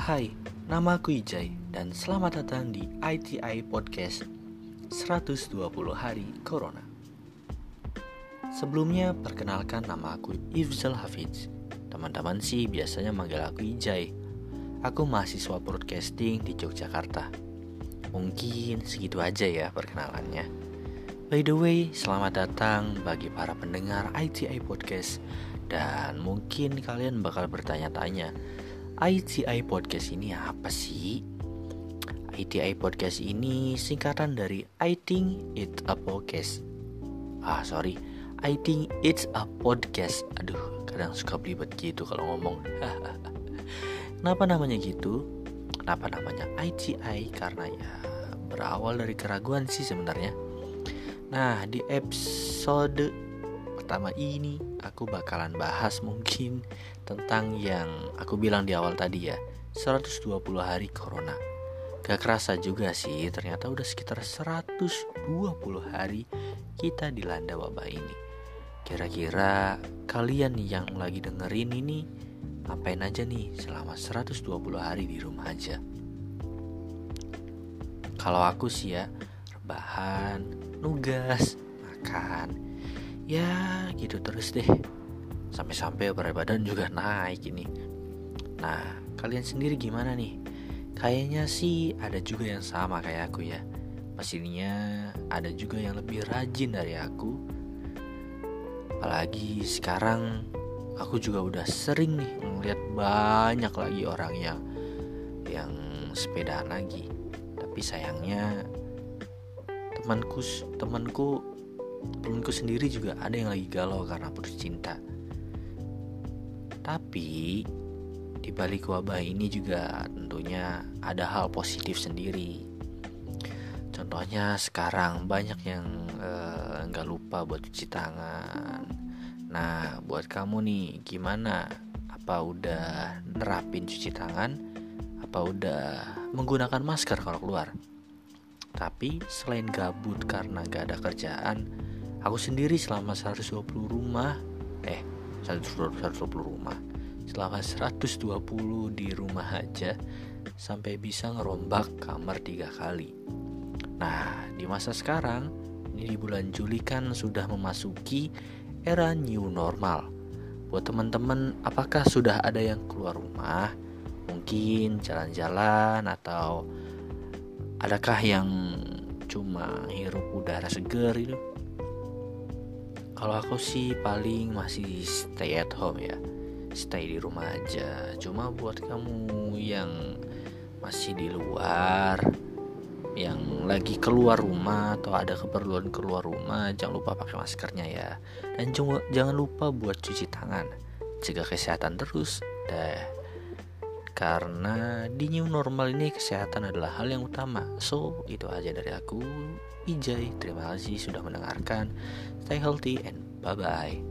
Hai, nama aku Ijay dan selamat datang di ITI Podcast 120 Hari Corona. Sebelumnya perkenalkan, nama aku Ifzal Hafiz. Teman-teman sih biasanya manggil aku Ijay. Aku mahasiswa broadcasting di Yogyakarta. Mungkin segitu aja ya perkenalannya. By the way, selamat datang bagi para pendengar ITI Podcast. Dan mungkin kalian bakal bertanya-tanya, ITI Podcast ini apa sih? ITI Podcast ini singkatan dari I think it's a podcast. I think it's a podcast. Aduh, kadang suka belibet gitu kalau ngomong. Kenapa namanya gitu? Kenapa namanya ITI? Karena ya berawal dari keraguan sih sebenarnya. Nah, di episode pertama ini aku bakalan bahas mungkin tentang yang aku bilang di awal tadi ya, 120 hari Corona. Gak kerasa juga sih, ternyata udah sekitar 120 hari kita dilanda wabah ini. Kira-kira kalian yang lagi dengerin ini ngapain aja nih selama 120 hari di rumah aja? Kalau aku sih ya, rebahan, nugas, makan, ya gitu terus deh. Sampai-sampai berat badan juga naik ini. Nah, kalian sendiri gimana nih? Kayaknya sih ada juga yang sama kayak aku ya. Pastinya ada juga yang lebih rajin dari aku. Apalagi sekarang aku juga udah sering nih ngeliat banyak lagi orang yang sepedaan lagi. Tapi sayangnya temanku sendiri juga ada yang lagi galau karena putus cinta. Tapi di balik wabah ini juga tentunya ada hal positif sendiri. Contohnya sekarang banyak yang nggak lupa buat cuci tangan. Nah, buat kamu nih gimana? Apa udah nerapin cuci tangan? Apa udah menggunakan masker kalau keluar? Tapi selain gabut karena gak ada kerjaan, aku sendiri selama 120 rumah selama 120 di rumah aja sampai bisa ngerombak kamar 3 kali. Nah, di masa sekarang ini di bulan Juli kan sudah memasuki era new normal. Buat teman-teman, apakah sudah ada yang keluar rumah? Mungkin jalan-jalan, atau adakah yang cuma hirup udara segar itu? Kalau aku sih paling masih stay at home ya, stay di rumah aja. Cuma buat kamu yang masih di luar, yang lagi keluar rumah atau ada keperluan keluar rumah, jangan lupa pakai maskernya ya. Dan jangan lupa buat cuci tangan, jaga kesehatan terus deh. Karena di new normal ini kesehatan adalah hal yang utama. So, itu aja dari aku, Ijay. Terima kasih sudah mendengarkan. Stay healthy and bye-bye.